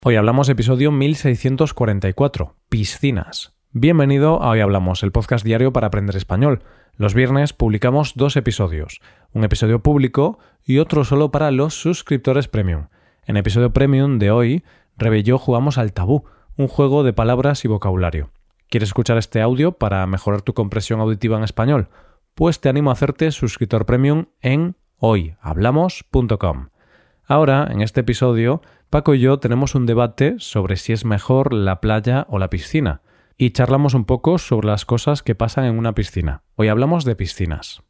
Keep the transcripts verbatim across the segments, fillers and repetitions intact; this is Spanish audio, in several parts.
Hoy hablamos episodio mil seiscientos cuarenta y cuatro, piscinas. Bienvenido a Hoy Hablamos, el podcast diario para aprender español. Los viernes publicamos dos episodios, un episodio público y otro solo para los suscriptores premium. En el episodio premium de hoy, Rebe y yo jugamos al tabú, un juego de palabras y vocabulario. ¿Quieres escuchar este audio para mejorar tu comprensión auditiva en español? Pues te animo a hacerte suscriptor premium en hoy hablamos punto com. Ahora, en este episodio, Paco y yo tenemos un debate sobre si es mejor la playa o la piscina y charlamos un poco sobre las cosas que pasan en una piscina. Hoy hablamos de piscinas.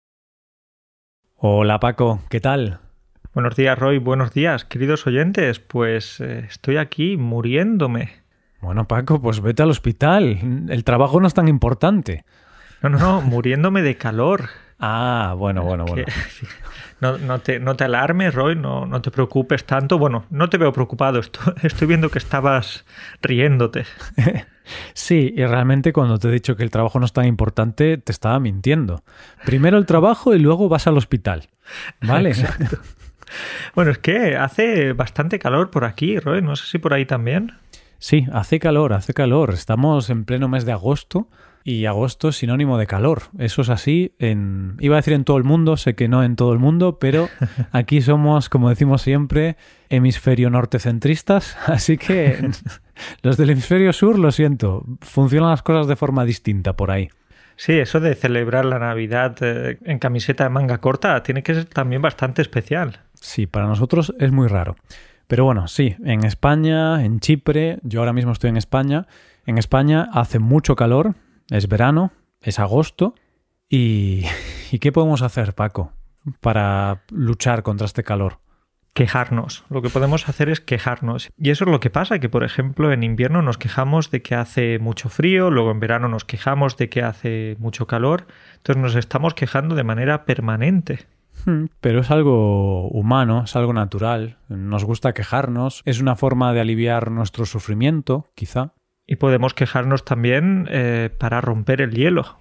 Hola Paco, ¿qué tal? Buenos días Roy, buenos días queridos oyentes, pues eh, estoy aquí muriéndome. Bueno Paco, pues vete al hospital, el trabajo no es tan importante. No, no, no, muriéndome de calor. Ah, bueno, bueno, bueno. Que, no, no, te, no te alarmes, Roy, no, no te preocupes tanto. Bueno, no te veo preocupado, estoy, estoy viendo que estabas riéndote. Sí, y realmente cuando te he dicho que el trabajo no es tan importante, te estaba mintiendo. Primero el trabajo y luego vas al hospital, ¿vale? Exacto. Bueno, es que hace bastante calor por aquí, Roy, no sé si por ahí también. Sí, hace calor, hace calor. Estamos en pleno mes de agosto. Y agosto es sinónimo de calor. Eso es así. En, iba a decir en todo el mundo, sé que no en todo el mundo, pero aquí somos, como decimos siempre, hemisferio norte-centristas. Así que los del hemisferio sur, lo siento, funcionan las cosas de forma distinta por ahí. Sí, eso de celebrar la Navidad eh, en camiseta de manga corta tiene que ser también bastante especial. Sí, para nosotros es muy raro. Pero bueno, sí, en España, en Chipre, yo ahora mismo estoy en España. En España hace mucho calor. Es verano, es agosto y... ¿Y qué podemos hacer, Paco, para luchar contra este calor? Quejarnos. Lo que podemos hacer es quejarnos. Y eso es lo que pasa, que por ejemplo en invierno nos quejamos de que hace mucho frío, luego en verano nos quejamos de que hace mucho calor. Entonces nos estamos quejando de manera permanente. Pero es algo humano, es algo natural. Nos gusta quejarnos. Es una forma de aliviar nuestro sufrimiento, quizá. Y podemos quejarnos también eh, para romper el hielo.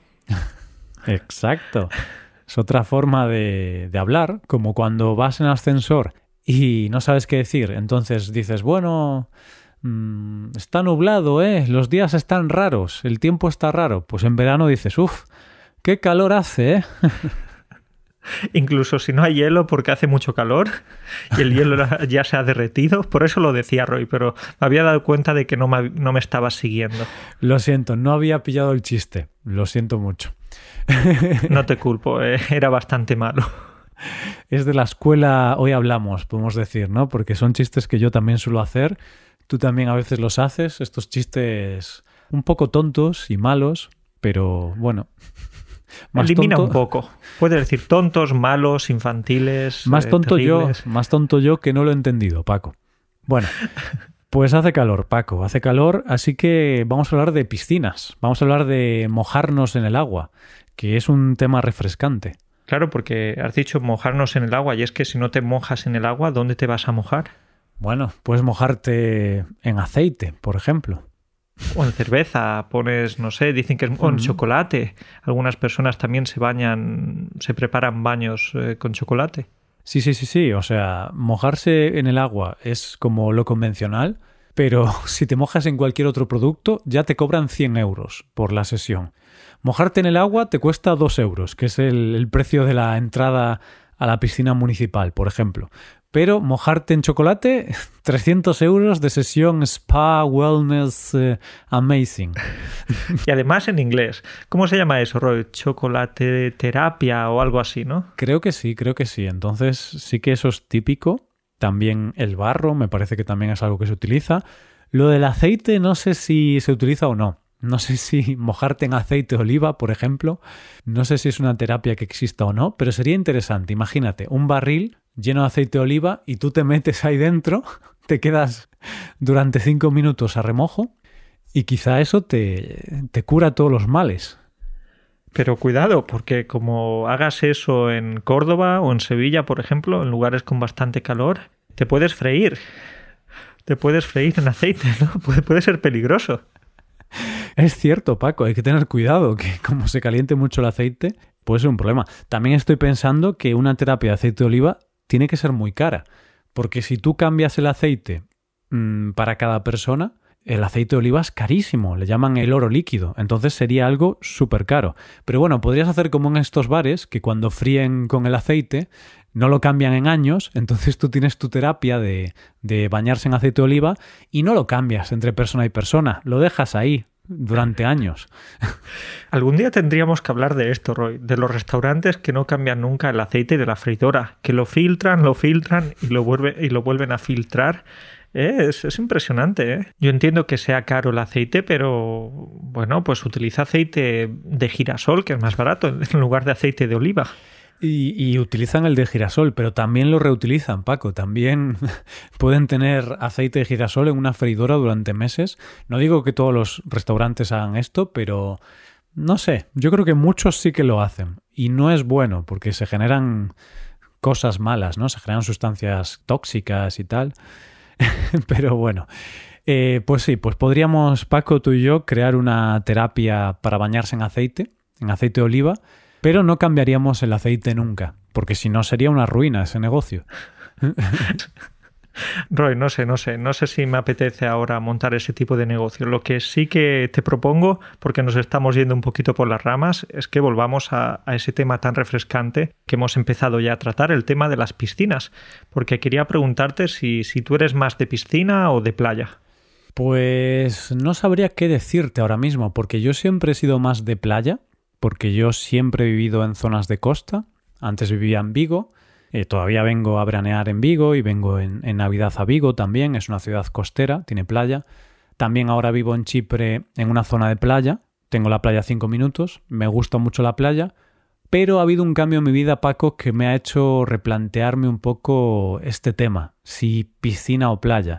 Exacto. Es otra forma de, de hablar, como cuando vas en ascensor y no sabes qué decir. Entonces dices, bueno, mmm, está nublado, ¿eh? Los días están raros, el tiempo está raro. Pues en verano dices, uff, qué calor hace, ¿eh? Incluso si no hay hielo porque hace mucho calor y el hielo ya se ha derretido. Por eso lo decía Roy, pero me había dado cuenta de que no me, no me estabas siguiendo. Lo siento, no había pillado el chiste. Lo siento mucho. No te culpo, eh, era bastante malo. Es de la escuela Hoy Hablamos, podemos decir, ¿no? Porque son chistes que yo también suelo hacer. Tú también a veces los haces, estos chistes un poco tontos y malos, pero bueno... Más Elimina tonto, un poco. Puedes decir tontos, malos, infantiles. Más tonto eh, yo, más tonto yo que no lo he entendido, Paco. Bueno, pues hace calor, Paco, hace calor, así que vamos a hablar de piscinas. Vamos a hablar de mojarnos en el agua, que es un tema refrescante. Claro, porque has dicho mojarnos en el agua, y es que si no te mojas en el agua, ¿dónde te vas a mojar? Bueno, puedes mojarte en aceite, por ejemplo. O en cerveza, pones, no sé, dicen que es o en chocolate. Algunas personas también se bañan, se preparan baños eh, con chocolate. Sí, sí, sí, sí. O sea, mojarse en el agua es como lo convencional, pero si te mojas en cualquier otro producto, ya te cobran cien euros por la sesión. Mojarte en el agua te cuesta dos euros, que es el, el precio de la entrada a la piscina municipal, por ejemplo. Pero mojarte en chocolate, trescientos euros de sesión Spa Wellness uh, Amazing. Y además en inglés. ¿Cómo se llama eso, Roy? Chocolate terapia o algo así, ¿no? Creo que sí, creo que sí. Entonces sí que eso es típico. También el barro me parece que también es algo que se utiliza. Lo del aceite no sé si se utiliza o no. No sé si mojarte en aceite de oliva, por ejemplo. No sé si es una terapia que exista o no, pero sería interesante. Imagínate, un barril lleno de aceite de oliva y tú te metes ahí dentro, te quedas durante cinco minutos a remojo y quizá eso te, te cura todos los males. Pero cuidado, porque como hagas eso en Córdoba o en Sevilla, por ejemplo, en lugares con bastante calor, te puedes freír. Te puedes freír en aceite, ¿no? Puede, puede ser peligroso. Es cierto, Paco, hay que tener cuidado, que como se caliente mucho el aceite, puede ser un problema. También estoy pensando que una terapia de aceite de oliva tiene que ser muy cara, porque si tú cambias el aceite mmm, para cada persona, el aceite de oliva es carísimo, le llaman el oro líquido, entonces sería algo súper caro. Pero bueno, podrías hacer como en estos bares, que cuando fríen con el aceite no lo cambian en años, entonces tú tienes tu terapia de, de bañarse en aceite de oliva y no lo cambias entre persona y persona, lo dejas ahí durante años. Algún día tendríamos que hablar de esto, Roy, de los restaurantes que no cambian nunca el aceite de la freidora, que lo filtran, lo filtran y lo, vuelve, y lo vuelven a filtrar. Es, es impresionante, ¿eh? Yo entiendo que sea caro el aceite, pero bueno, pues utiliza aceite de girasol, que es más barato, en lugar de aceite de oliva. Y, y utilizan el de girasol, pero también lo reutilizan, Paco. También pueden tener aceite de girasol en una freidora durante meses. No digo que todos los restaurantes hagan esto, pero no sé, yo creo que muchos sí que lo hacen. Y no es bueno, porque se generan cosas malas, ¿no? Se generan sustancias tóxicas y tal. Pero bueno, eh, pues sí, pues podríamos, Paco, tú y yo, crear una terapia para bañarse en aceite, en aceite de oliva, pero no cambiaríamos el aceite nunca, porque si no sería una ruina ese negocio. Roy, no sé, no sé, no sé si me apetece ahora montar ese tipo de negocio. Lo que sí que te propongo, porque nos estamos yendo un poquito por las ramas, es que volvamos a, a ese tema tan refrescante que hemos empezado ya a tratar, el tema de las piscinas, porque quería preguntarte si, si tú eres más de piscina o de playa. Pues no sabría qué decirte ahora mismo, porque yo siempre he sido más de playa, porque yo siempre he vivido en zonas de costa. Antes vivía en Vigo. Eh, todavía vengo a veranear en Vigo y vengo en, en Navidad a Vigo también. Es una ciudad costera, tiene playa. También ahora vivo en Chipre en una zona de playa. Tengo la playa a cinco minutos. Me gusta mucho la playa. Pero ha habido un cambio en mi vida, Paco, que me ha hecho replantearme un poco este tema. Si piscina o playa.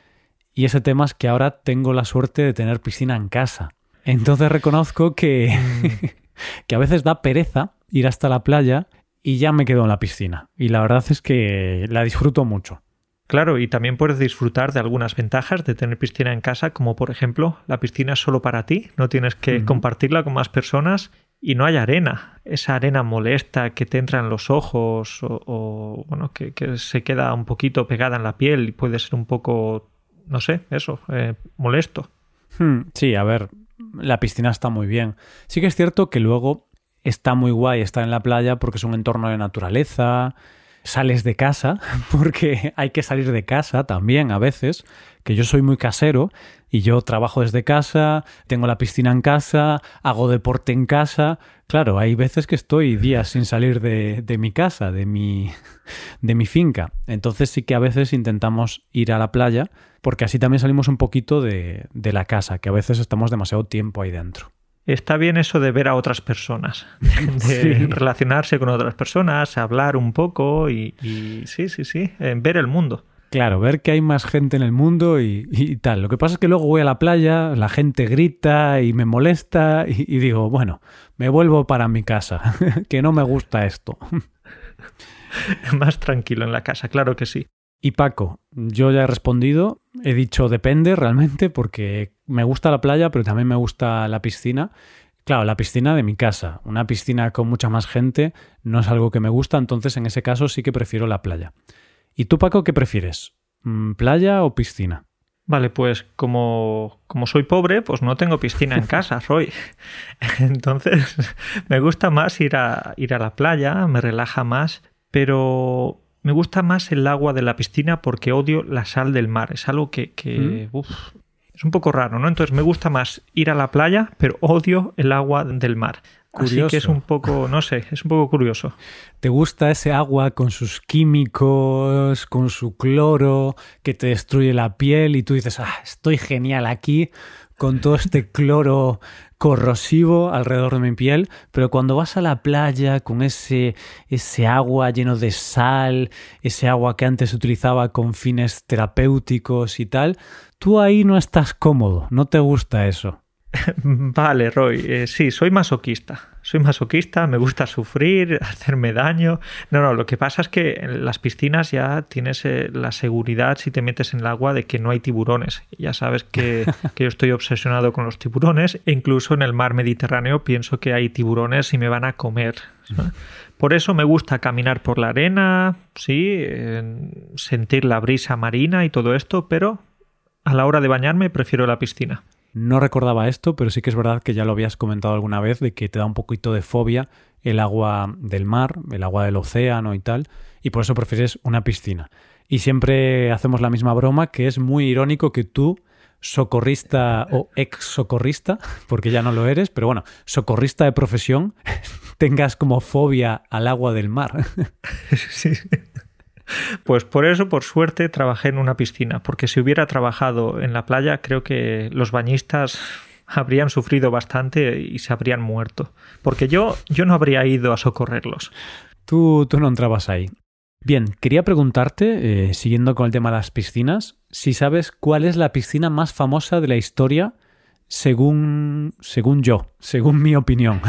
Y ese tema es que ahora tengo la suerte de tener piscina en casa. Entonces reconozco que, que a veces da pereza ir hasta la playa y ya me quedo en la piscina. Y la verdad es que la disfruto mucho. Claro, y también puedes disfrutar de algunas ventajas de tener piscina en casa, como por ejemplo, la piscina es solo para ti, no tienes que uh-huh. compartirla con más personas y no hay arena. Esa arena molesta que te entra en los ojos o, o bueno, que, que se queda un poquito pegada en la piel y puede ser un poco, no sé, eso, eh, molesto. Hmm, sí, a ver, la piscina está muy bien. Sí que es cierto que luego está muy guay estar en la playa porque es un entorno de naturaleza, sales de casa, porque hay que salir de casa también a veces, que yo soy muy casero y yo trabajo desde casa, tengo la piscina en casa, hago deporte en casa. Claro, hay veces que estoy días sin salir de, de mi casa, de mi, de mi finca. Entonces sí que a veces intentamos ir a la playa porque así también salimos un poquito de, de la casa, que a veces estamos demasiado tiempo ahí dentro. Está bien eso de ver a otras personas, de sí. relacionarse con otras personas, hablar un poco y, y sí, sí, sí, ver el mundo. Claro, ver que hay más gente en el mundo y, y tal. Lo que pasa es que luego voy a la playa, la gente grita y me molesta y, y digo, bueno, me vuelvo para mi casa, que no me gusta esto. Más tranquilo en la casa, claro que sí. Y Paco, yo ya he respondido, he dicho depende realmente porque me gusta la playa, pero también me gusta la piscina. Claro, la piscina de mi casa, una piscina con mucha más gente no es algo que me gusta, entonces en ese caso sí que prefiero la playa. ¿Y tú, Paco, qué prefieres? ¿Playa o piscina? Vale, pues como, como soy pobre, pues no tengo piscina en casa, Roy. Entonces me gusta más ir a, ir a la playa, me relaja más, pero me gusta más el agua de la piscina porque odio la sal del mar. Es algo que, que ¿Mm? uf, es un poco raro, ¿no? Entonces me gusta más ir a la playa, pero odio el agua del mar. Curioso. Así que es un poco, no sé, es un poco curioso. ¿Te gusta ese agua con sus químicos, con su cloro, que te destruye la piel y tú dices, ah, estoy genial aquí con todo este cloro corrosivo alrededor de mi piel? Pero cuando vas a la playa con ese, ese agua lleno de sal, ese agua que antes se utilizaba con fines terapéuticos y tal, tú ahí no estás cómodo, no te gusta eso. Vale, Roy, eh, sí, soy masoquista. Soy masoquista, me gusta sufrir, hacerme daño. No, no, lo que pasa es que en las piscinas ya tienes eh, la seguridad, si te metes en el agua, de que no hay tiburones. Ya sabes que, que yo estoy obsesionado con los tiburones e incluso en el mar Mediterráneo pienso que hay tiburones y me van a comer, ¿no? Por eso me gusta caminar por la arena, sí, eh, sentir la brisa marina y todo esto, pero a la hora de bañarme prefiero la piscina. No recordaba esto, pero sí que es verdad que ya lo habías comentado alguna vez, de que te da un poquito de fobia el agua del mar, el agua del océano y tal, y por eso prefieres una piscina. Y siempre hacemos la misma broma, que es muy irónico que tú, socorrista o ex socorrista, porque ya no lo eres, pero bueno, socorrista de profesión, tengas como fobia al agua del mar. Sí. Pues por eso, por suerte, trabajé en una piscina, porque si hubiera trabajado en la playa, creo que los bañistas habrían sufrido bastante y se habrían muerto, porque yo, yo no habría ido a socorrerlos. Tú, tú no entrabas ahí. Bien, quería preguntarte, eh, siguiendo con el tema de las piscinas, si sabes cuál es la piscina más famosa de la historia según, según yo, según mi opinión.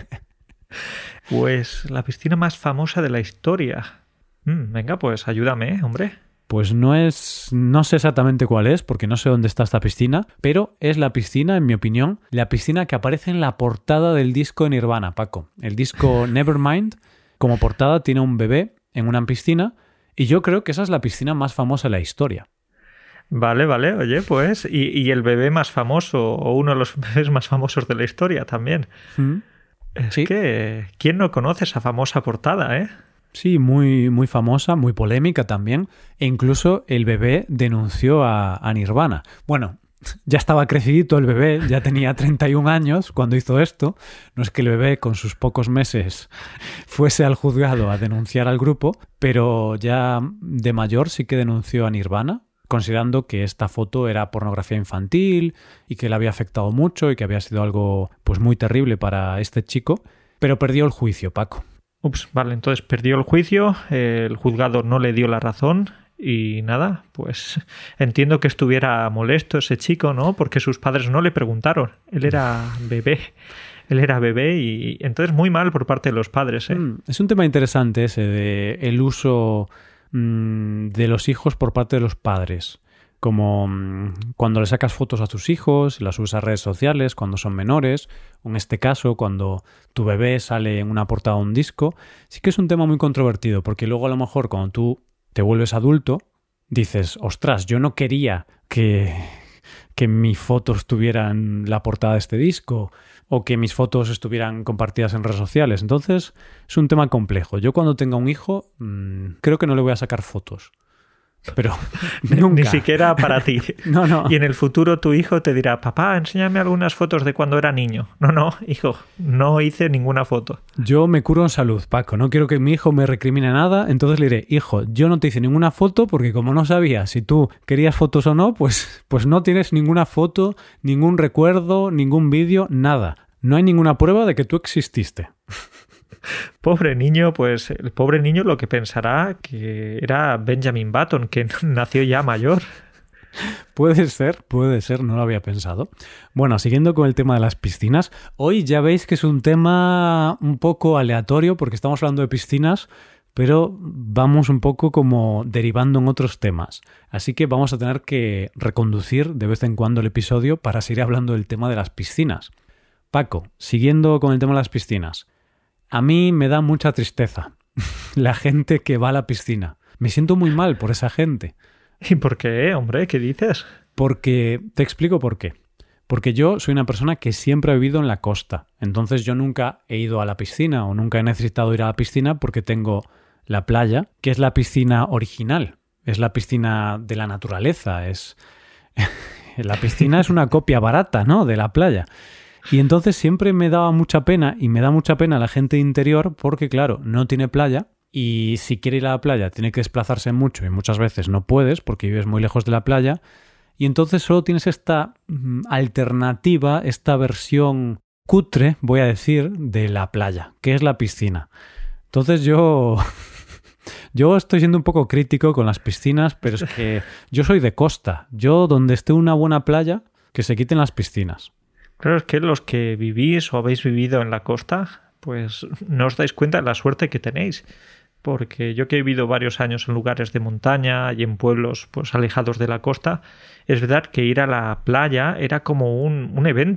Pues la piscina más famosa de la historia... Mm, venga, pues ayúdame, hombre. Pues no es... no sé exactamente cuál es, porque no sé dónde está esta piscina, pero es la piscina, en mi opinión, la piscina que aparece en la portada del disco de Nirvana, Paco. El disco Nevermind, como portada, tiene un bebé en una piscina, y yo creo que esa es la piscina más famosa de la historia. Vale, vale, oye, pues... Y, y el bebé más famoso, o uno de los bebés más famosos de la historia también. ¿Mm? Es ¿Sí? que... ¿quién no conoce esa famosa portada, eh? Sí, muy, muy famosa, muy polémica también. E incluso el bebé denunció a, a Nirvana. Bueno, ya estaba crecidito el bebé, ya tenía treinta y un años cuando hizo esto. No es que el bebé con sus pocos meses fuese al juzgado a denunciar al grupo, pero ya de mayor sí que denunció a Nirvana, considerando que esta foto era pornografía infantil y que le había afectado mucho y que había sido algo pues muy terrible para este chico, pero perdió el juicio, Paco. Ups, vale, entonces perdió el juicio, el juzgado no le dio la razón y nada, pues entiendo que estuviera molesto ese chico, ¿no? Porque sus padres no le preguntaron, él era bebé, él era bebé y entonces muy mal por parte de los padres, ¿eh? Mm, es un tema interesante ese de el uso mmm, de los hijos por parte de los padres. Como cuando le sacas fotos a tus hijos, las subes a redes sociales cuando son menores, o en este caso cuando tu bebé sale en una portada de un disco, sí que es un tema muy controvertido, porque luego a lo mejor cuando tú te vuelves adulto, dices, ostras, yo no quería que, que mi foto estuviera en la portada de este disco, o que mis fotos estuvieran compartidas en redes sociales. Entonces es un tema complejo. Yo cuando tenga un hijo, mmm, creo que no le voy a sacar fotos. Pero nunca. Ni siquiera para ti. No, no. Y en el futuro tu hijo te dirá, papá, enséñame algunas fotos de cuando era niño. No, no, hijo, no hice ninguna foto. Yo me curo en salud, Paco. No quiero que mi hijo me recrimine nada. Entonces le diré, hijo, yo no te hice ninguna foto porque como no sabía si tú querías fotos o no, pues, pues no tienes ninguna foto, ningún recuerdo, ningún vídeo, nada. No hay ninguna prueba de que tú exististe. Pobre niño, pues el pobre niño lo que pensará que era Benjamin Button, que nació ya mayor. Puede ser, puede ser, no lo había pensado. Bueno, siguiendo con el tema de las piscinas, hoy ya veis que es un tema un poco aleatorio porque estamos hablando de piscinas, pero vamos un poco como derivando en otros temas. Así que vamos a tener que reconducir de vez en cuando el episodio para seguir hablando del tema de las piscinas. Paco, siguiendo con el tema de las piscinas. A mí me da mucha tristeza la gente que va a la piscina. Me siento muy mal por esa gente. ¿Y por qué, hombre? ¿Qué dices? Porque, te explico por qué. Porque yo soy una persona que siempre ha vivido en la costa. Entonces yo nunca he ido a la piscina o nunca he necesitado ir a la piscina porque tengo la playa, que es la piscina original. Es la piscina de la naturaleza. Es... la piscina es una copia barata, ¿no?, de la playa. Y entonces siempre me daba mucha pena y me da mucha pena la gente de interior porque, claro, no tiene playa y si quiere ir a la playa tiene que desplazarse mucho y muchas veces no puedes porque vives muy lejos de la playa y entonces solo tienes esta mm, alternativa, esta versión cutre, voy a decir, de la playa, que es la piscina. Entonces yo... yo estoy siendo un poco crítico con las piscinas, pero es que yo soy de costa. Yo, donde esté una buena playa, que se quiten las piscinas. Claro, es que los que vivís o habéis vivido en la costa, pues no os dais cuenta de la suerte que tenéis. Porque yo que he vivido varios años en lugares de montaña y en pueblos pues alejados de la costa, es verdad que ir a la playa era como un, un evento.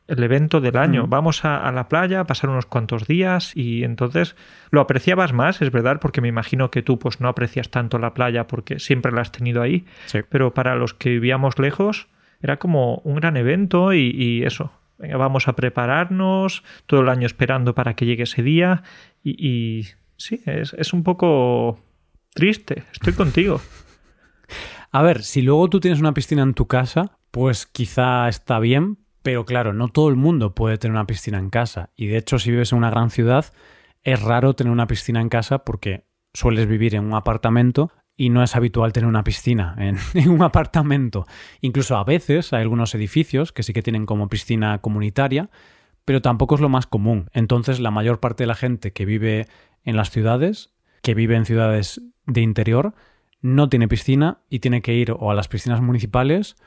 el evento del año. Mm. Vamos a, a la playa a pasar unos cuantos días y entonces lo apreciabas más, es verdad, porque me imagino que tú pues no aprecias tanto la playa porque siempre la has tenido ahí, Sí. pero para los que vivíamos lejos era como un gran evento y, y eso. Venga, vamos a prepararnos todo el año esperando para que llegue ese día y, y sí, es, es un poco triste, estoy contigo. A ver, si luego tú tienes una piscina en tu casa, pues quizá está bien, pero claro, no todo el mundo puede tener una piscina en casa. Y de hecho, si vives en una gran ciudad, es raro tener una piscina en casa porque sueles vivir en un apartamento y no es habitual tener una piscina en, en un apartamento. Incluso a veces hay algunos edificios que sí que tienen como piscina comunitaria, pero tampoco es lo más común. Entonces, la mayor parte de la gente que vive en las ciudades, que vive en ciudades de interior, no tiene piscina y tiene que ir o a las piscinas municipales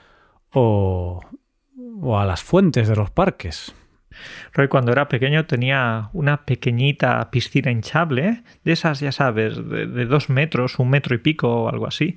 o, o a las fuentes de los parques. Roy, cuando era pequeño tenía una pequeñita piscina hinchable, de esas, ya sabes, de, de dos metros, un metro y pico o algo así.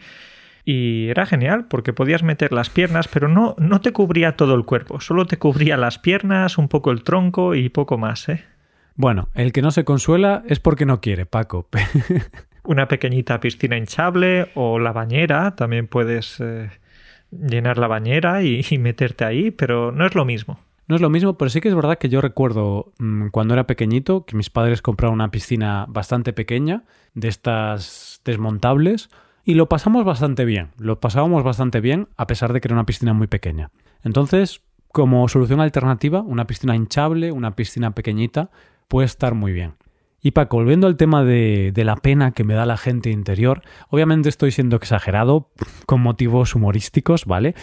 Y era genial porque podías meter las piernas, pero no, no te cubría todo el cuerpo, solo te cubría las piernas, un poco el tronco y poco más, ¿eh? Bueno, el que no se consuela es porque no quiere, Paco. Una pequeñita piscina hinchable o la bañera, también puedes eh, llenar la bañera y, y meterte ahí, pero no es lo mismo. No es lo mismo, pero sí que es verdad que yo recuerdo mmm, cuando era pequeñito que mis padres compraron una piscina bastante pequeña, de estas desmontables, y lo pasamos bastante bien. Lo pasábamos bastante bien a pesar de que era una piscina muy pequeña. Entonces, como solución alternativa, una piscina hinchable, una piscina pequeñita, puede estar muy bien. Y Paco, volviendo al tema de, de la pena que me da la gente interior, obviamente estoy siendo exagerado con motivos humorísticos, ¿vale?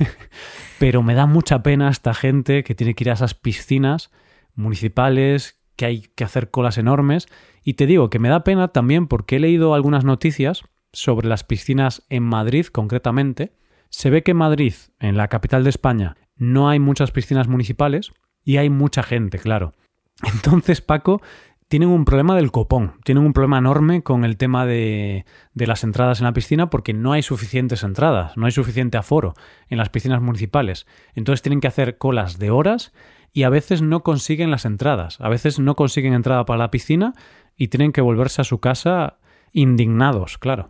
Pero me da mucha pena esta gente que tiene que ir a esas piscinas municipales, que hay que hacer colas enormes. Y te digo que me da pena también porque he leído algunas noticias sobre las piscinas en Madrid concretamente. Se ve que en Madrid, en la capital de España, no hay muchas piscinas municipales y hay mucha gente, claro. Entonces, Paco, tienen un problema del copón, tienen un problema enorme con el tema de, de las entradas en la piscina porque no hay suficientes entradas, no hay suficiente aforo en las piscinas municipales. Entonces tienen que hacer colas de horas y a veces no consiguen las entradas, a veces no consiguen entrada para la piscina y tienen que volverse a su casa indignados, claro.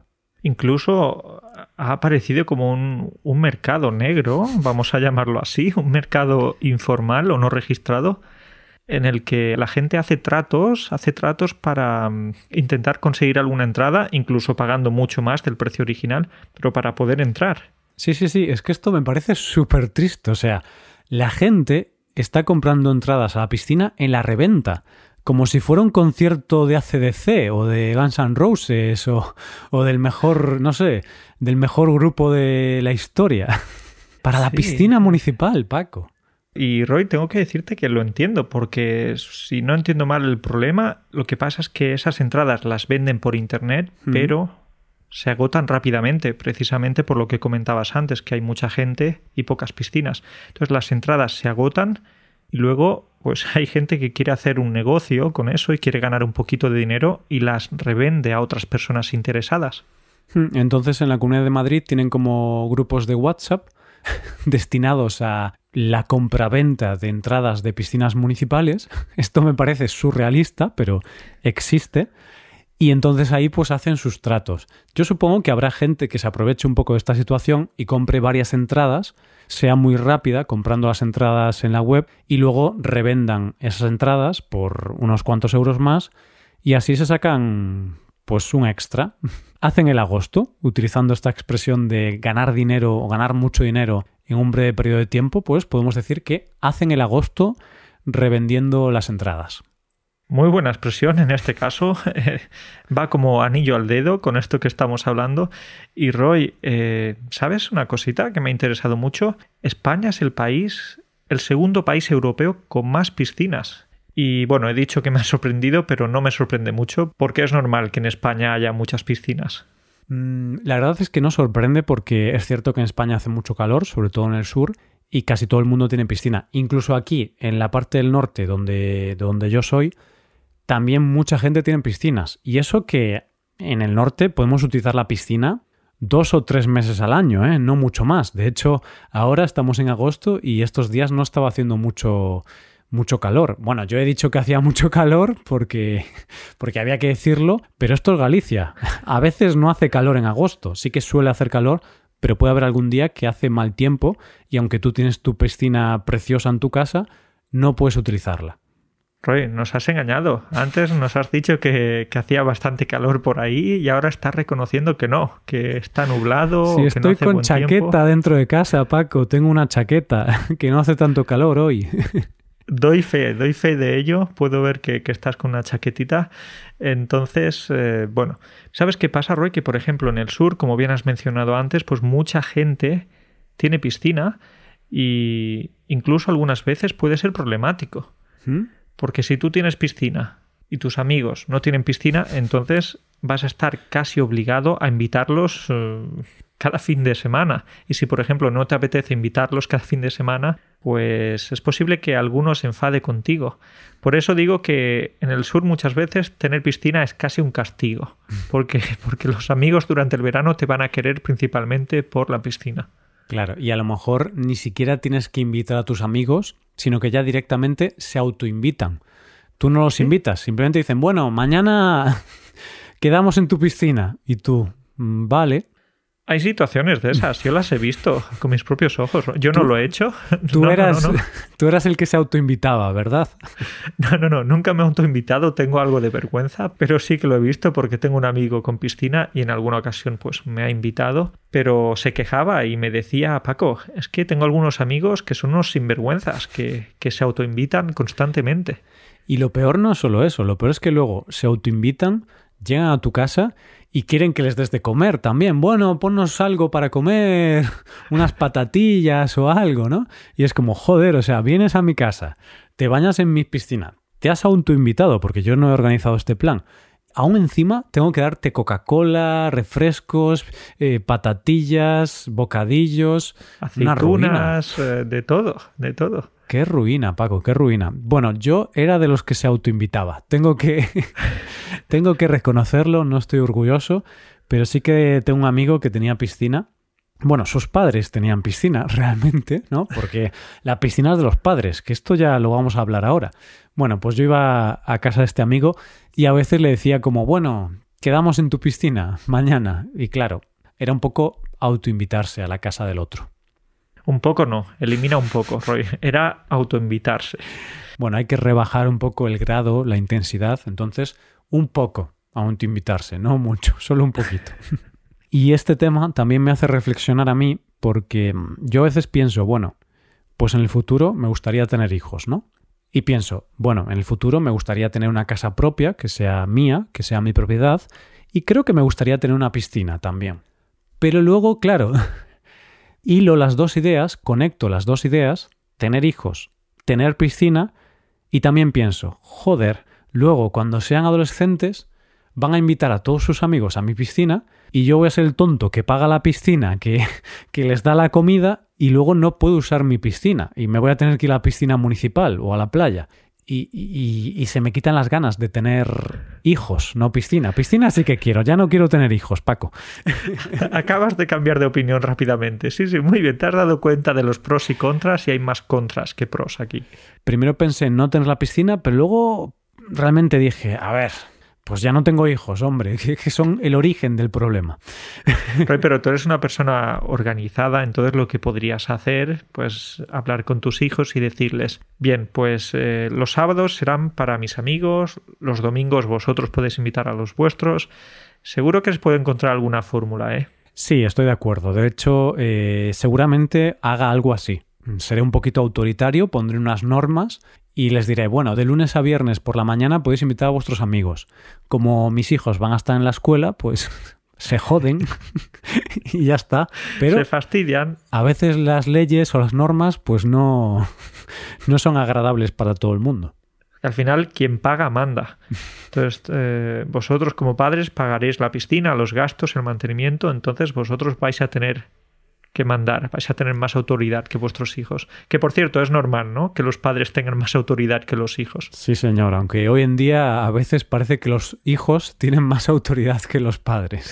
Incluso ha aparecido como un, un mercado negro, vamos a llamarlo así, un mercado informal o no registrado, en el que la gente hace tratos, hace tratos para um, intentar conseguir alguna entrada, incluso pagando mucho más del precio original, pero para poder entrar. Sí, sí, sí, es que esto me parece súper triste. O sea, la gente está comprando entradas a la piscina en la reventa, como si fuera un concierto de A C D C o de Guns N' Roses o, o del mejor, no sé, del mejor grupo de la historia. Para la Sí. piscina municipal, Paco. Y Roy, tengo que decirte que lo entiendo, porque si no entiendo mal el problema, lo que pasa es que esas entradas las venden por internet, Mm. pero se agotan rápidamente, precisamente por lo que comentabas antes, que hay mucha gente y pocas piscinas. Entonces las entradas se agotan y luego pues hay gente que quiere hacer un negocio con eso y quiere ganar un poquito de dinero y las revende a otras personas interesadas. Entonces en la Comunidad de Madrid tienen como grupos de WhatsApp destinados a la compraventa de entradas de piscinas municipales. Esto me parece surrealista, pero existe. Y entonces ahí pues hacen sus tratos. Yo supongo que habrá gente que se aproveche un poco de esta situación y compre varias entradas, sea muy rápida comprando las entradas en la web y luego revendan esas entradas por unos cuantos euros más y así se sacan pues un extra. Hacen el agosto, utilizando esta expresión de ganar dinero o ganar mucho dinero en un breve periodo de tiempo, pues podemos decir que hacen el agosto revendiendo las entradas. Muy buena expresión en este caso. Eh, va como anillo al dedo con esto que estamos hablando. Y Roy, eh, ¿sabes una cosita que me ha interesado mucho? España es el país, el segundo país europeo con más piscinas. Y bueno, he dicho que me ha sorprendido, pero no me sorprende mucho porque es normal que en España haya muchas piscinas. La verdad es que no sorprende porque es cierto que en España hace mucho calor, sobre todo en el sur, y casi todo el mundo tiene piscina. Incluso aquí, en la parte del norte, donde, donde yo soy, también mucha gente tiene piscinas. Y eso que en el norte podemos utilizar la piscina dos o tres meses al año, ¿eh? No mucho más. De hecho, ahora estamos en agosto y estos días no estaba haciendo mucho, mucho calor. Bueno, yo he dicho que hacía mucho calor porque, porque había que decirlo, pero esto es Galicia. A veces no hace calor en agosto. Sí que suele hacer calor, pero puede haber algún día que hace mal tiempo y aunque tú tienes tu piscina preciosa en tu casa, no puedes utilizarla. Roy, nos has engañado. Antes nos has dicho que, que hacía bastante calor por ahí y ahora estás reconociendo que no, que está nublado. Sí, o estoy que no hace con buen chaqueta tiempo. dentro de casa, Paco. Tengo una chaqueta que no hace tanto calor hoy. Doy fe, doy fe de ello. Puedo ver que, que estás con una chaquetita. Entonces, eh, bueno, ¿sabes qué pasa, Roy? Que, por ejemplo, en el sur, como bien has mencionado antes, pues mucha gente tiene piscina y incluso algunas veces puede ser problemático. ¿Mm? Porque si tú tienes piscina y tus amigos no tienen piscina, entonces vas a estar casi obligado a invitarlos eh, cada fin de semana. Y si, por ejemplo, no te apetece invitarlos cada fin de semana, pues es posible que alguno se enfade contigo. Por eso digo que en el sur muchas veces tener piscina es casi un castigo, porque, porque los amigos durante el verano te van a querer principalmente por la piscina. Claro, y a lo mejor ni siquiera tienes que invitar a tus amigos, sino que ya directamente se autoinvitan. Tú no los ¿Sí? invitas, simplemente dicen, bueno, mañana quedamos en tu piscina. Y tú, "Mm, vale". Hay situaciones de esas, yo las he visto con mis propios ojos. Yo no Tú- lo he hecho. Tú, no, eras, no, no, no. tú eras el que se autoinvitaba, ¿verdad? No, no, no, nunca me he autoinvitado, tengo algo de vergüenza, pero sí que lo he visto porque tengo un amigo con piscina y en alguna ocasión pues me ha invitado, pero se quejaba y me decía, Paco, es que tengo algunos amigos que son unos sinvergüenzas, que, que se autoinvitan constantemente. Y lo peor no es solo eso, lo peor es que luego se autoinvitan, llegan a tu casa y quieren que les des de comer también. Bueno, ponnos algo para comer, unas patatillas o algo, ¿no? Y es como, joder, o sea, vienes a mi casa, te bañas en mi piscina, te has autoinvitado porque yo no he organizado este plan. Aún encima tengo que darte Coca-Cola, refrescos, eh, patatillas, bocadillos, una ruina. Aceitunas, eh, de todo, de todo. Qué ruina, Paco, qué ruina. Bueno, yo era de los que se autoinvitaba. Tengo que, tengo que reconocerlo, no estoy orgulloso, pero sí que tengo un amigo que tenía piscina. Bueno, sus padres tenían piscina, realmente, ¿no? Porque la piscina es de los padres, que esto ya lo vamos a hablar ahora. Bueno, pues yo iba a casa de este amigo y a veces le decía como, bueno, quedamos en tu piscina mañana. Y claro, era un poco autoinvitarse a la casa del otro. Un poco no, elimina un poco, Roy. Era autoinvitarse. Bueno, hay que rebajar un poco el grado, la intensidad, entonces un poco autoinvitarse, no mucho, solo un poquito. Y este tema también me hace reflexionar a mí porque yo a veces pienso, bueno, pues en el futuro me gustaría tener hijos, ¿no? Y pienso, bueno, en el futuro me gustaría tener una casa propia, que sea mía, que sea mi propiedad, y creo que me gustaría tener una piscina también. Pero luego, claro, hilo las dos ideas, conecto las dos ideas, tener hijos, tener piscina, y también pienso, joder, luego cuando sean adolescentes van a invitar a todos sus amigos a mi piscina y yo voy a ser el tonto que paga la piscina, que, que les da la comida y luego no puedo usar mi piscina y me voy a tener que ir a la piscina municipal o a la playa. Y, y, y se me quitan las ganas de tener hijos, no piscina. Piscina sí que quiero, ya no quiero tener hijos, Paco. Acabas de cambiar de opinión rápidamente. Sí, sí, muy bien. Te has dado cuenta de los pros y contras y hay más contras que pros aquí. Primero pensé en no tener la piscina, pero luego realmente dije, a ver, pues ya no tengo hijos, hombre, que son el origen del problema. Roy, pero tú eres una persona organizada, entonces lo que podrías hacer, pues hablar con tus hijos y decirles, bien, pues eh, los sábados serán para mis amigos, los domingos vosotros podéis invitar a los vuestros. Seguro que se puede encontrar alguna fórmula, ¿eh? Sí, estoy de acuerdo. De hecho, eh, seguramente haga algo así. Seré un poquito autoritario, pondré unas normas y les diré, bueno, de lunes a viernes por la mañana podéis invitar a vuestros amigos. Como mis hijos van a estar en la escuela, pues se joden y ya está. Pero se fastidian. A veces las leyes o las normas pues no, no son agradables para todo el mundo. Al final, quien paga, manda. Entonces, eh, vosotros como padres pagaréis la piscina, los gastos, el mantenimiento, entonces vosotros vais a tener que mandar, vais a tener más autoridad que vuestros hijos. Que por cierto, es normal, ¿no? Que los padres tengan más autoridad que los hijos. Sí, señor, aunque hoy en día a veces parece que los hijos tienen más autoridad que los padres.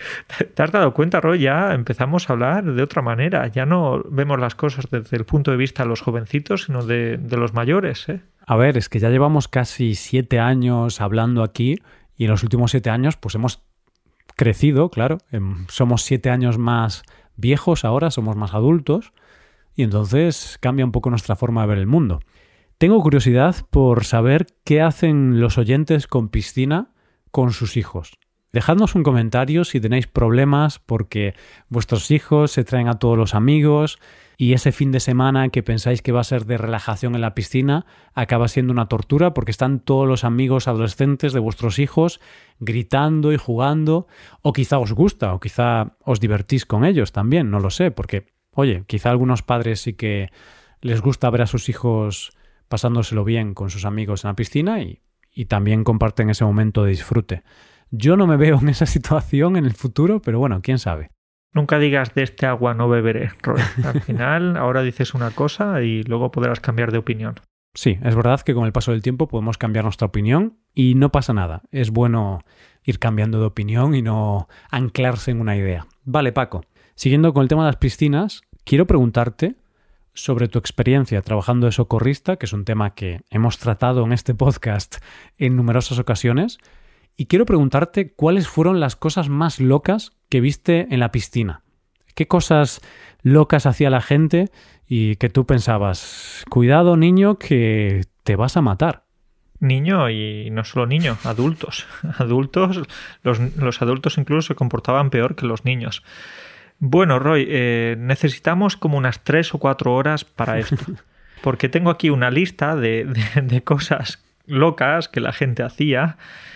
¿Te has dado cuenta, Roy? Ya empezamos a hablar de otra manera. Ya no vemos las cosas desde el punto de vista de los jovencitos, sino de, de los mayores, ¿eh? A ver, es que ya llevamos casi siete años hablando aquí y en los últimos siete años pues hemos crecido, claro. Somos siete años más viejos ahora, somos más adultos y entonces cambia un poco nuestra forma de ver el mundo. Tengo curiosidad por saber qué hacen los oyentes con piscina con sus hijos. Dejadnos un comentario si tenéis problemas porque vuestros hijos se traen a todos los amigos y ese fin de semana que pensáis que va a ser de relajación en la piscina acaba siendo una tortura porque están todos los amigos adolescentes de vuestros hijos gritando y jugando, o quizá os gusta, o quizá os divertís con ellos también, no lo sé, porque, oye, quizá a algunos padres sí que les gusta ver a sus hijos pasándoselo bien con sus amigos en la piscina y, y también comparten ese momento de disfrute. Yo no me veo en esa situación en el futuro, pero bueno, quién sabe. Nunca digas de este agua no beberé, Roy. Al final, ahora dices una cosa y luego podrás cambiar de opinión. Sí, es verdad que con el paso del tiempo podemos cambiar nuestra opinión y no pasa nada. Es bueno ir cambiando de opinión y no anclarse en una idea. Vale, Paco. Siguiendo con el tema de las piscinas, quiero preguntarte sobre tu experiencia trabajando de socorrista, que es un tema que hemos tratado en este podcast en numerosas ocasiones. Y quiero preguntarte cuáles fueron las cosas más locas que viste en la piscina. ¿Qué cosas locas hacía la gente y que tú pensabas, cuidado niño que te vas a matar? Niño y no solo niño, adultos. Adultos, los, los adultos incluso se comportaban peor que los niños. Bueno, Roy, eh, necesitamos como unas tres o cuatro horas para esto. Porque tengo aquí una lista de, de, de cosas locas que la gente hacía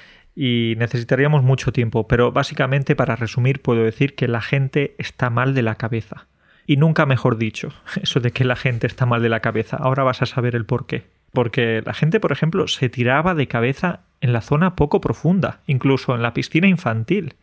y necesitaríamos mucho tiempo, pero básicamente para resumir puedo decir que la gente está mal de la cabeza. Y nunca mejor dicho, eso de que la gente está mal de la cabeza. Ahora vas a saber el por qué. Porque la gente, por ejemplo, se tiraba de cabeza en la zona poco profunda, incluso en la piscina infantil.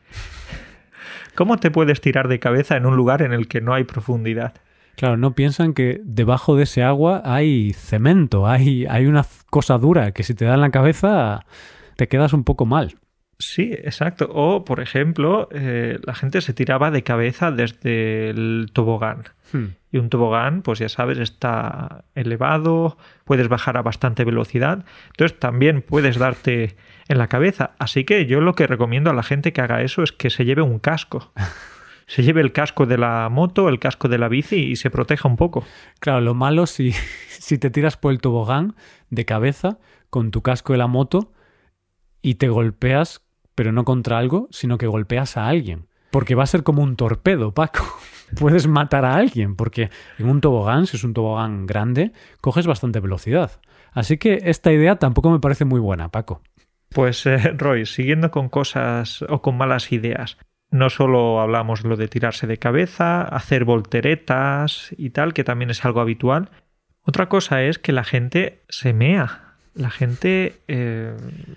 ¿Cómo te puedes tirar de cabeza en un lugar en el que no hay profundidad? Claro, no piensan que debajo de ese agua hay cemento, hay, hay una cosa dura que si te da en la cabeza te quedas un poco mal. Sí, exacto. O, por ejemplo, eh, la gente se tiraba de cabeza desde el tobogán. Hmm. Y un tobogán, pues ya sabes, está elevado, puedes bajar a bastante velocidad. Entonces también puedes darte en la cabeza. Así que yo lo que recomiendo a la gente que haga eso es que se lleve un casco. Se lleve el casco de la moto, el casco de la bici y se proteja un poco. Claro, lo malo si, si te tiras por el tobogán de cabeza con tu casco de la moto y te golpeas, pero no contra algo, sino que golpeas a alguien. Porque va a ser como un torpedo, Paco. Puedes matar a alguien, porque en un tobogán, si es un tobogán grande, coges bastante velocidad. Así que esta idea tampoco me parece muy buena, Paco. Pues, eh, Roy, siguiendo con cosas o con malas ideas, no solo hablamos de lo de tirarse de cabeza, hacer volteretas y tal, que también es algo habitual. Otra cosa es que la gente se mea. La gente eh,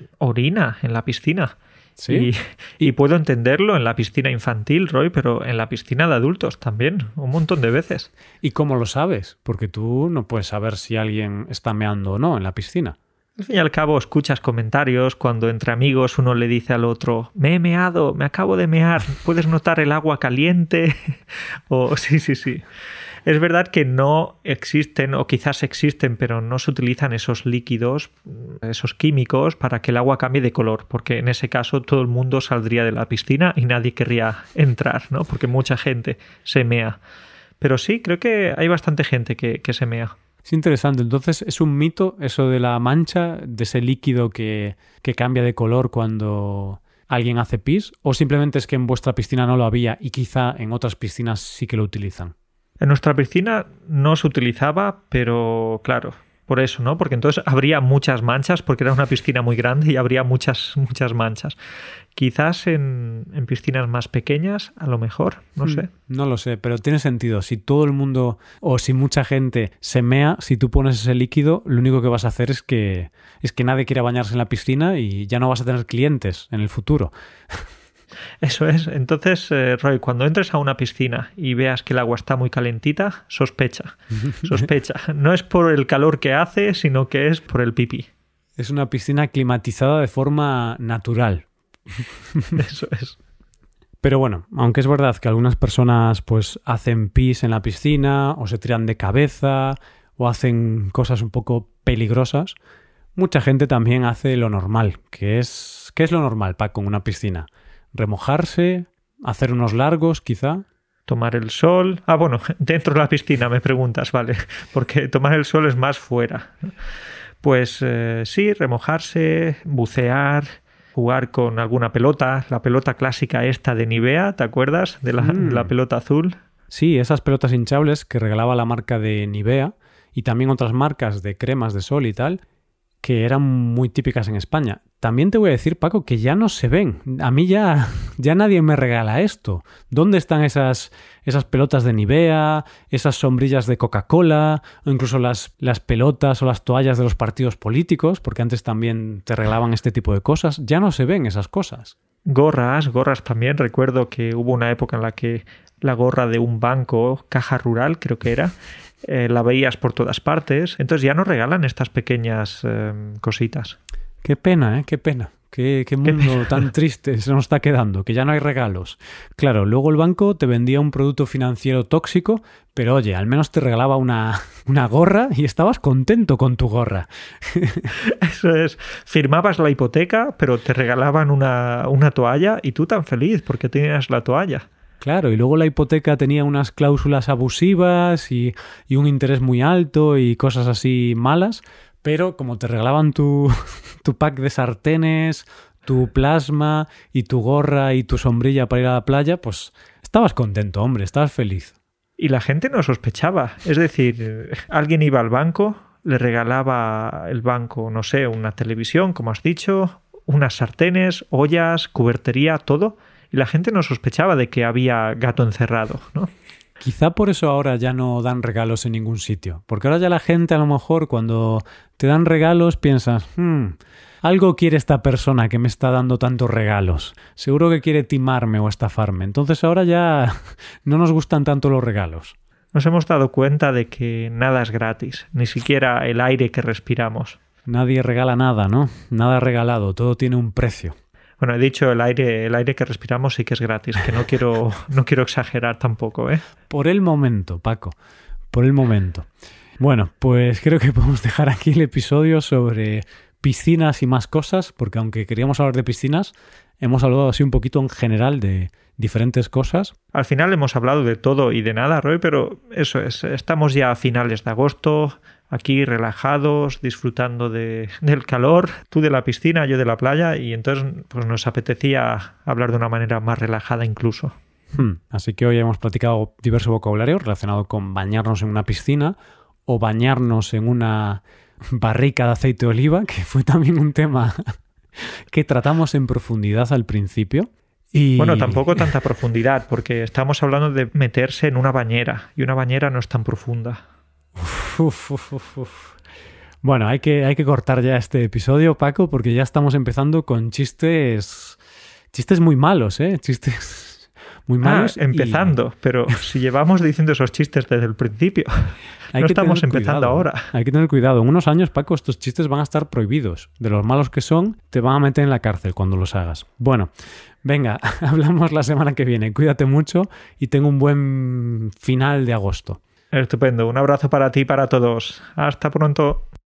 orina en la piscina. ¿Sí? Y, y puedo entenderlo en la piscina infantil, Roy, pero en la piscina de adultos también, un montón de veces. ¿Y cómo lo sabes? Porque tú no puedes saber si alguien está meando o no en la piscina. Al fin y al cabo escuchas comentarios cuando entre amigos uno le dice al otro, me he meado, me acabo de mear, ¿puedes notar el agua caliente? O sí, sí, sí. Es verdad que no existen, o quizás existen, pero no se utilizan esos líquidos, esos químicos, para que el agua cambie de color, porque en ese caso todo el mundo saldría de la piscina y nadie querría entrar, ¿no? Porque mucha gente se mea. Pero sí, creo que hay bastante gente que, que se mea. Es interesante. Entonces, ¿es un mito eso de la mancha, de ese líquido que, que cambia de color cuando alguien hace pis? ¿O simplemente es que en vuestra piscina no lo había y quizá en otras piscinas sí que lo utilizan? En nuestra piscina no se utilizaba, pero claro, por eso, ¿no? Porque entonces habría muchas manchas, porque era una piscina muy grande y habría muchas, muchas manchas. Quizás en, en piscinas más pequeñas, a lo mejor, no sé. No lo sé, pero tiene sentido. Si todo el mundo o si mucha gente se mea, si tú pones ese líquido, lo único que vas a hacer es que, es que nadie quiera bañarse en la piscina y ya no vas a tener clientes en el futuro. Eso es. Entonces, eh, Roy, cuando entres a una piscina y veas que el agua está muy calentita, sospecha. Sospecha. No es por el calor que hace, sino que es por el pipí. Es una piscina climatizada de forma natural. Eso es. Pero bueno, aunque es verdad que algunas personas pues hacen pis en la piscina o se tiran de cabeza o hacen cosas un poco peligrosas, mucha gente también hace lo normal, que es... ¿Qué es lo normal, Paco, en una piscina? ¿Remojarse? ¿Hacer unos largos, quizá? Tomar el sol... Ah, bueno, dentro de la piscina me preguntas, vale, porque tomar el sol es más fuera. Pues eh, sí, remojarse, bucear... jugar con alguna pelota, la pelota clásica esta de Nivea, ¿te acuerdas? De la, mm. la pelota azul. Sí, esas pelotas hinchables que regalaba la marca de Nivea y también otras marcas de cremas de sol y tal, que eran muy típicas en España. También te voy a decir, Paco, que ya no se ven. A mí ya, ya nadie me regala esto. ¿Dónde están esas, esas pelotas de Nivea, esas sombrillas de Coca-Cola, o incluso las, las pelotas o las toallas de los partidos políticos? Porque antes también te regalaban este tipo de cosas. Ya no se ven esas cosas. Gorras, gorras también. Recuerdo que hubo una época en la que la gorra de un banco, Caja Rural creo que era, eh, la veías por todas partes. Entonces ya no regalan estas pequeñas eh, cositas. Qué pena, ¿eh? Qué pena. Qué, qué mundo qué tan triste se nos está quedando, que ya no hay regalos. Claro, luego el banco te vendía un producto financiero tóxico, pero oye, al menos te regalaba una, una gorra y estabas contento con tu gorra. Eso es. Firmabas la hipoteca, pero te regalaban una, una toalla y tú tan feliz porque tenías la toalla. Claro, y luego la hipoteca tenía unas cláusulas abusivas y, y un interés muy alto y cosas así malas. Pero como te regalaban tu, tu pack de sartenes, tu plasma y tu gorra y tu sombrilla para ir a la playa, pues estabas contento, hombre, estabas feliz. Y la gente no sospechaba. Es decir, alguien iba al banco, le regalaba el banco, no sé, una televisión, como has dicho, unas sartenes, ollas, cubertería, todo. Y la gente no sospechaba de que había gato encerrado, ¿no? Quizá por eso ahora ya no dan regalos en ningún sitio. Porque ahora ya la gente a lo mejor cuando te dan regalos piensas, hmm, algo quiere esta persona que me está dando tantos regalos. Seguro que quiere timarme o estafarme. Entonces ahora ya no nos gustan tanto los regalos. Nos hemos dado cuenta de que nada es gratis, ni siquiera el aire que respiramos. Nadie regala nada, ¿no? Nada regalado, todo tiene un precio. Bueno, he dicho el aire, el aire que respiramos sí que es gratis, que no quiero, no quiero exagerar tampoco, ¿eh? Por el momento, Paco, por el momento. Bueno, pues creo que podemos dejar aquí el episodio sobre piscinas y más cosas, porque aunque queríamos hablar de piscinas, hemos hablado así un poquito en general de diferentes cosas. Al final hemos hablado de todo y de nada, Roy, pero eso es, estamos ya a finales de agosto, aquí relajados, disfrutando de, del calor, tú de la piscina, yo de la playa, y entonces pues nos apetecía hablar de una manera más relajada incluso. Hmm. Así que hoy hemos platicado diverso vocabulario relacionado con bañarnos en una piscina o bañarnos en una barrica de aceite de oliva, que fue también un tema que tratamos en profundidad al principio. Y... Bueno, tampoco tanta profundidad, porque estamos hablando de meterse en una bañera, y una bañera no es tan profunda. Uf, uf, uf, uf. Bueno, hay que, hay que cortar ya este episodio, Paco, porque ya estamos empezando con chistes chistes muy malos, ¿eh? Chistes muy malos. Ah, empezando, y... pero si llevamos diciendo esos chistes desde el principio, hay no que estamos empezando cuidado. ahora. Hay que tener cuidado. En unos años, Paco, estos chistes van a estar prohibidos. De los malos que son, te van a meter en la cárcel cuando los hagas. Bueno, venga, hablamos la semana que viene. Cuídate mucho y ten un buen final de agosto. Estupendo. Un abrazo para ti y para todos. Hasta pronto.